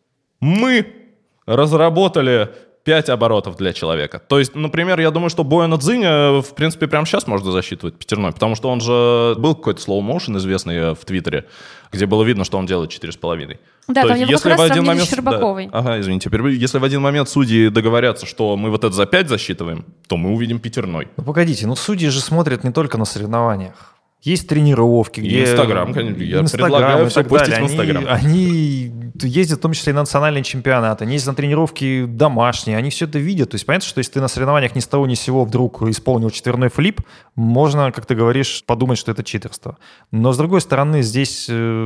Мы разработали пять оборотов для человека. То есть, например, я думаю, что Бояна Цзиня, в принципе, прямо сейчас можно засчитывать пятерной, потому что он же... Был какой-то slow-motion известный в Твиттере, где было видно, что он делает четыре с половиной. Да, То там есть, его если как раз в один сравнили момент... с Щербаковой. Да. Ага, извините. Если в один момент судьи договорятся, что мы вот это за пять засчитываем, то мы увидим пятерной. Ну, погодите, ну судьи же смотрят не только на соревнованиях. Есть тренировки, и где... Инстаграм, конечно. Я Инстаграм предлагаю и все так постить далее. в Инстаграм. Они, они ездят в том числе и на национальные чемпионаты, они ездят на тренировки домашние, они все это видят. То есть понятно, что если ты на соревнованиях ни с того ни с сего вдруг исполнил четверной флип, можно, как ты говоришь, подумать, что это читерство. Но с другой стороны, здесь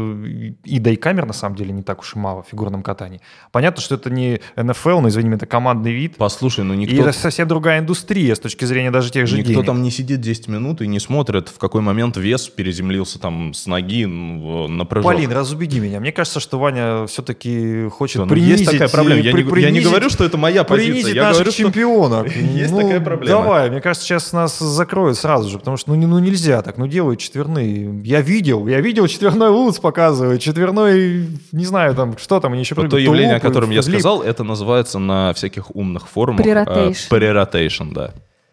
и дайкамер на самом деле не так уж и мало в фигурном катании. Понятно, что это не эн эф эл, но, извини, это командный вид. Послушай, ну никто... И это совсем другая индустрия с точки зрения даже тех же Никто денег. там не сидит десять минут и не смотрит, в какой момент вес переземлился там с ноги на прыжок. Полин, разубеди меня. Мне кажется, что Ваня все-таки хочет ну, принизить... Есть такая проблема. Я, при, не, я не говорю, что это моя позиция. Принизить Я наших говорю, что чемпионок. Есть ну, такая проблема. Давай, мне кажется, сейчас нас закроют сразу же, потому что ну, ну нельзя так, ну делают четверные. Я видел, я видел четверной луц показывают, четверной, не знаю, там, что там, они еще прыгают. То явление, о котором я сказал, это называется на всяких умных форумах... Преротейшн. Преротейшн, да.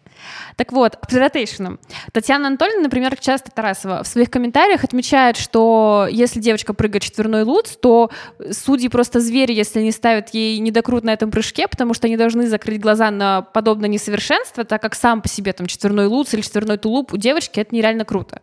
Так вот, к преротейшенам. Татьяна Анатольевна, например, часто Тарасова в своих комментариях отмечает, что если девочка прыгает четверной луц, то судьи просто звери, если они ставят ей недокрут на этом прыжке, потому что они должны закрыть глаза на подобное несовершенство, так как сам по себе там четверной луц или четверной тулуп у девочки — это нереально круто.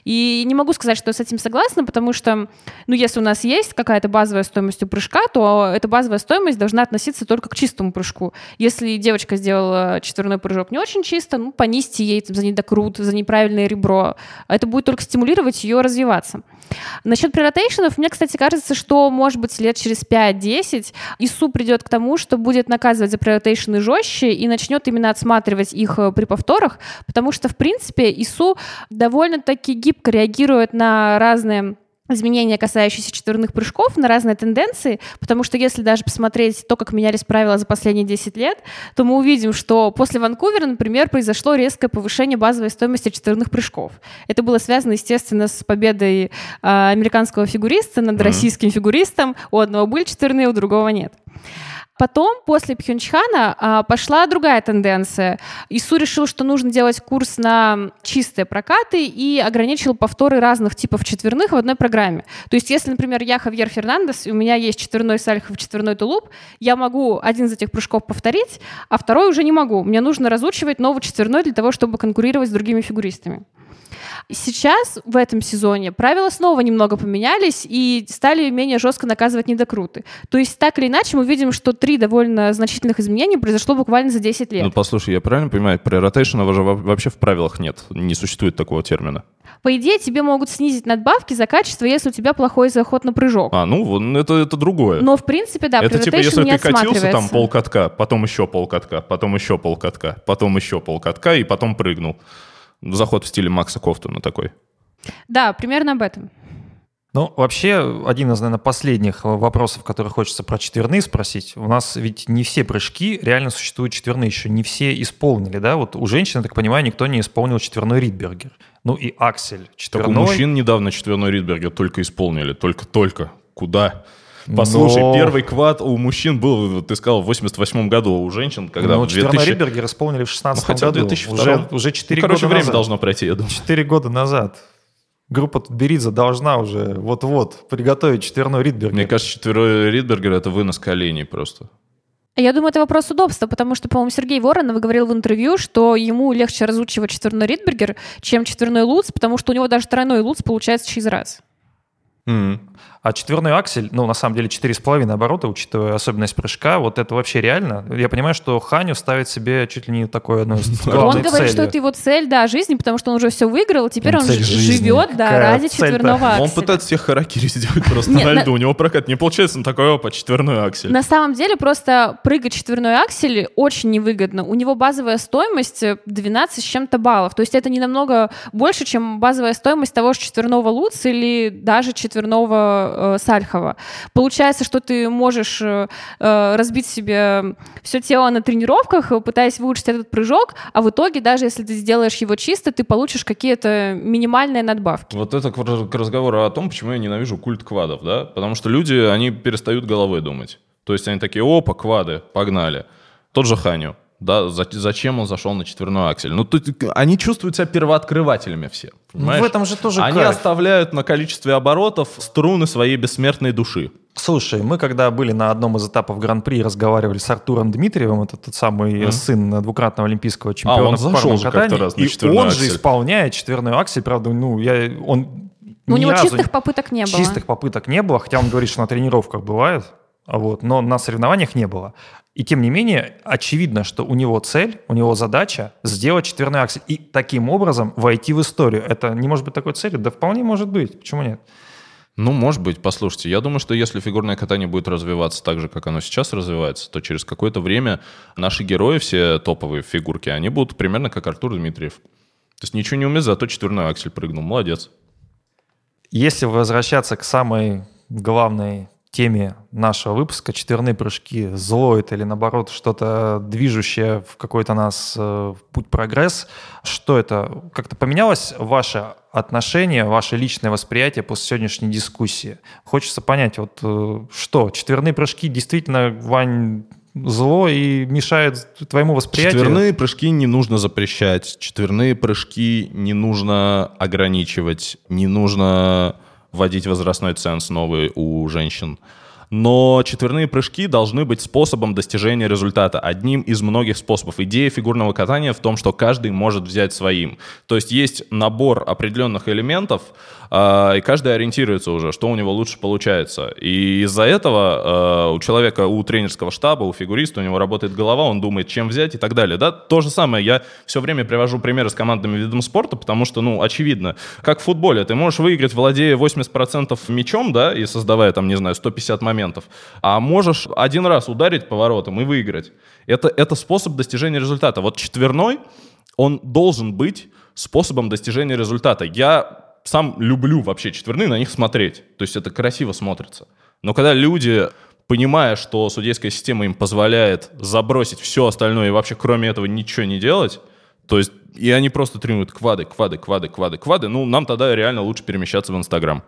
И не могу сказать, что я с этим согласна, потому что, ну, если у нас есть какая-то базовая стоимость у прыжка, то эта базовая стоимость должна относиться только к чистому прыжку. Если девочка сделала четверной прыжок не очень чисто, ну, понизьте ей там, за недокрут, за неправильное ребро. Это будет только стимулировать ее развиваться. Насчет преротейшенов, мне, кстати, кажется, что, может быть, лет через пять-десять ИСУ придет к тому, что будет наказывать за преротейшены жестче и начнет именно отсматривать их при повторах, потому что, в принципе, ИСУ довольно-таки гибко реагирует на разные изменения, касающиеся четверных прыжков, на разные тенденции, потому что если даже посмотреть то, как менялись правила за последние десять лет, то мы увидим, что после Ванкувера, например, произошло резкое повышение базовой стоимости четверных прыжков. Это было связано, естественно, с победой э, американского фигуриста над mm-hmm. российским фигуристом. У одного были четверные, у другого нет. Потом, после Пхенчхана, пошла другая тенденция. ИСУ решил, что нужно делать курс на чистые прокаты и ограничил повторы разных типов четверных в одной программе. То есть, если, например, я Хавьер Фернандес, и у меня есть четверной сальхов, четверной тулуп, я могу один из этих прыжков повторить, а второй уже не могу. Мне нужно разучивать новый четверной для того, чтобы конкурировать с другими фигуристами. Сейчас, в этом сезоне, правила снова немного поменялись и стали менее жестко наказывать недокруты. То есть, так или иначе, мы видим, что три довольно значительных изменений произошло буквально за десять лет. Ну, послушай, я правильно понимаю, преротейшена вообще в правилах нет, не существует такого термина. По идее, тебе могут снизить надбавки за качество, если у тебя плохой заход на прыжок. А, ну, это, это другое. Но, в принципе, да, это типа, если не ты катился там полкатка, потом еще полкатка, потом еще полкатка, потом еще полкатка и потом прыгнул. Заход в стиле Макса Кофтона такой. Да, примерно об этом. Ну, вообще, один из, наверное, последних вопросов, который хочется про четверные спросить. У нас ведь не все прыжки реально существуют четверные, еще не все исполнили, да? Вот у женщин, я так понимаю, никто не исполнил четверной Ридбергер. Ну и Аксель четверной. Так у мужчин недавно четверной Ридбергер только исполнили, только-только. Куда? Послушай, Но... первый квад у мужчин был, ты сказал, в восемьдесят восьмом году, а у женщин, когда ну, в двухтысячном... четверной Ридбергер исполнили в шестнадцатом ну, году. в две тысячи втором. Уже, уже четыре ну, короче, года время назад. должно пройти, я думаю. четыре года назад. Группа Беридзе должна уже вот-вот приготовить четверной Ридбергер. Мне кажется, четверной Ридбергер — это вынос коленей просто. Я думаю, это вопрос удобства, потому что, по-моему, Сергей Воронов говорил в интервью, что ему легче разучивать четверной Ридбергер, чем четверной луц, потому что у него даже тройной луц получается через раз. Mm-hmm. А четверной аксель, ну, на самом деле, четыре с половиной оборота, учитывая особенность прыжка, вот это вообще реально? Я понимаю, что Ханю ставит себе чуть ли не такое одно из главных Он говорит, что это его цель, да, жизни, потому что он уже все выиграл, теперь он, он живет, да, ради четверного акселя. Он пытается всех харакири сделать просто на льду, у него прокат не получается, он такой, опа, четверной аксель. На самом деле, просто прыгать четверной аксель очень невыгодно. У него базовая стоимость двенадцать с чем-то баллов, то есть это не намного больше, чем базовая стоимость того же четверного луц или даже четверного э, Сальхова. Получается, что ты можешь э, разбить себе все тело на тренировках, пытаясь выучить этот прыжок, а в итоге, даже если ты сделаешь его чисто, ты получишь какие-то минимальные надбавки. Вот это к разговору о том, почему я ненавижу культ квадов, да? Потому что люди, они перестают головой думать. То есть они такие: опа, квады, погнали. Тот же Ханю. Да, за, зачем он зашел на четверной аксель? Ну, тут, они чувствуют себя первооткрывателями все. Понимаешь? В этом же тоже Они кайф. Оставляют на количестве оборотов струны своей бессмертной души. Слушай, мы когда были на одном из этапов Гран-при, разговаривали с Артуром Дмитриевым, это тот самый mm. сын двукратного олимпийского чемпиона. А, он зашел же как-то раз на четверной и он аксель. же исполняет четверной аксель, правда, ну, я, он... Ну, у него чистых попыток не было. Чистых попыток не было, хотя он говорит, что на тренировках бывает, вот, но на соревнованиях не было. И тем не менее, очевидно, что у него цель, у него задача сделать четверной аксель и таким образом войти в историю. Это не может быть такой целью? Да вполне может быть. Почему нет? Ну, может быть, послушайте. Я думаю, что если фигурное катание будет развиваться так же, как оно сейчас развивается, то через какое-то время наши герои, все топовые фигурки, они будут примерно как Артур Дмитриев. То есть ничего не умеет, зато четверной аксель прыгнул. Молодец. Если возвращаться к самой главной теме нашего выпуска, четверные прыжки, зло это или наоборот что-то движущее в какой-то нас э, путь прогресс, что это? Как-то поменялось ваше отношение, ваше личное восприятие после сегодняшней дискуссии? Хочется понять, вот э, что, четверные прыжки действительно, Вань, зло и мешают твоему восприятию? Четверные прыжки не нужно запрещать, четверные прыжки не нужно ограничивать, не нужно вводить возрастной ценз новый у женщин. Но четверные прыжки должны быть способом достижения результата, одним из многих способов. Идея фигурного катания в том, что каждый может взять своим. То есть есть набор определенных элементов, э, и каждый ориентируется уже, что у него лучше получается. И из-за этого э, у человека, у тренерского штаба, у фигуриста, у него работает голова, он думает, чем взять и так далее. Да? То же самое, я все время привожу примеры с командными видами спорта, потому что, ну, очевидно, как в футболе, ты можешь выиграть, владея восемьдесят процентов мячом, да, и создавая, там, не знаю, сто пятьдесят моментов, а можешь один раз ударить поворотом и выиграть. Это, это способ достижения результата. Вот четверной, он должен быть способом достижения результата. Я сам люблю вообще четверные, на них смотреть. То есть это красиво смотрится. Но когда люди, понимая, что судейская система им позволяет забросить все остальное и вообще кроме этого ничего не делать, то есть и они просто тренируют квады, квады, квады, квады, квады, ну нам тогда реально лучше перемещаться в Инстаграм.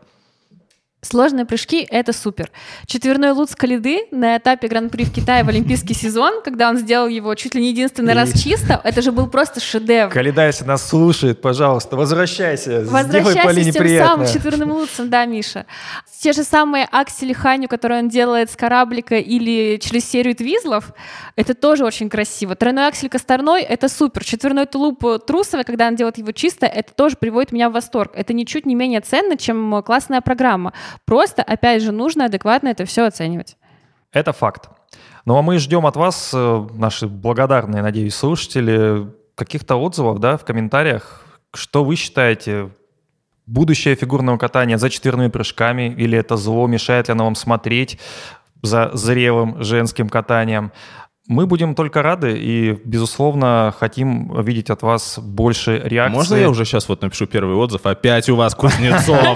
Сложные прыжки — это супер. Четверной Луц Калиды на этапе Гран-при в Китае в олимпийский сезон, когда он сделал его чуть ли не единственный раз чисто, это же был просто шедевр. Калида, если нас слушает, пожалуйста, возвращайся. Возвращайся сделай Полине с тем приятно. самым четверным Луцем, да, Миша. Те же самые аксели Ханю, которые он делает с кораблика или через серию твизлов, это тоже очень красиво. Тройной аксель Косторной — это супер. Четверной тулуп Трусовой, когда он делает его чисто, это тоже приводит меня в восторг. Это ничуть не менее ценно, чем классная программа. Просто, опять же, нужно адекватно это все оценивать. Это факт. Ну а мы ждем от вас, наши благодарные, надеюсь, слушатели, каких-то отзывов, да, в комментариях. Что вы считаете? Будущее фигурного катания за четверными прыжками? Или это зло? Мешает ли оно вам смотреть за зрелым женским катанием? Мы будем только рады и, безусловно, хотим видеть от вас больше реакций. Можно я уже сейчас вот напишу первый отзыв? Опять у вас Кузнецов.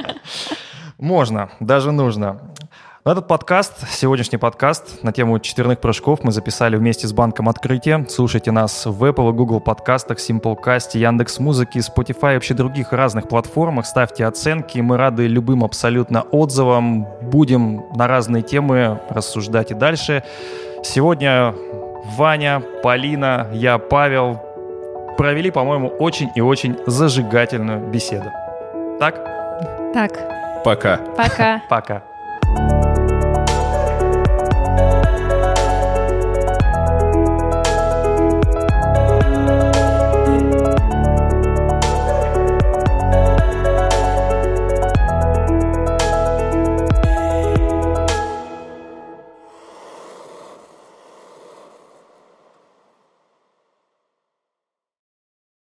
Можно, даже нужно. Этот подкаст, сегодняшний подкаст на тему четверных прыжков мы записали вместе с Банком Открытия. Слушайте нас в Apple и Google подкастах, Simplecast, Яндекс.Музыке, Spotify и вообще других разных платформах. Ставьте оценки, мы рады любым абсолютно отзывам. Будем на разные темы рассуждать и дальше. Сегодня Ваня, Полина, я, Павел провели, по-моему, очень и очень зажигательную беседу. Так? Так. Пока. Пока. Пока.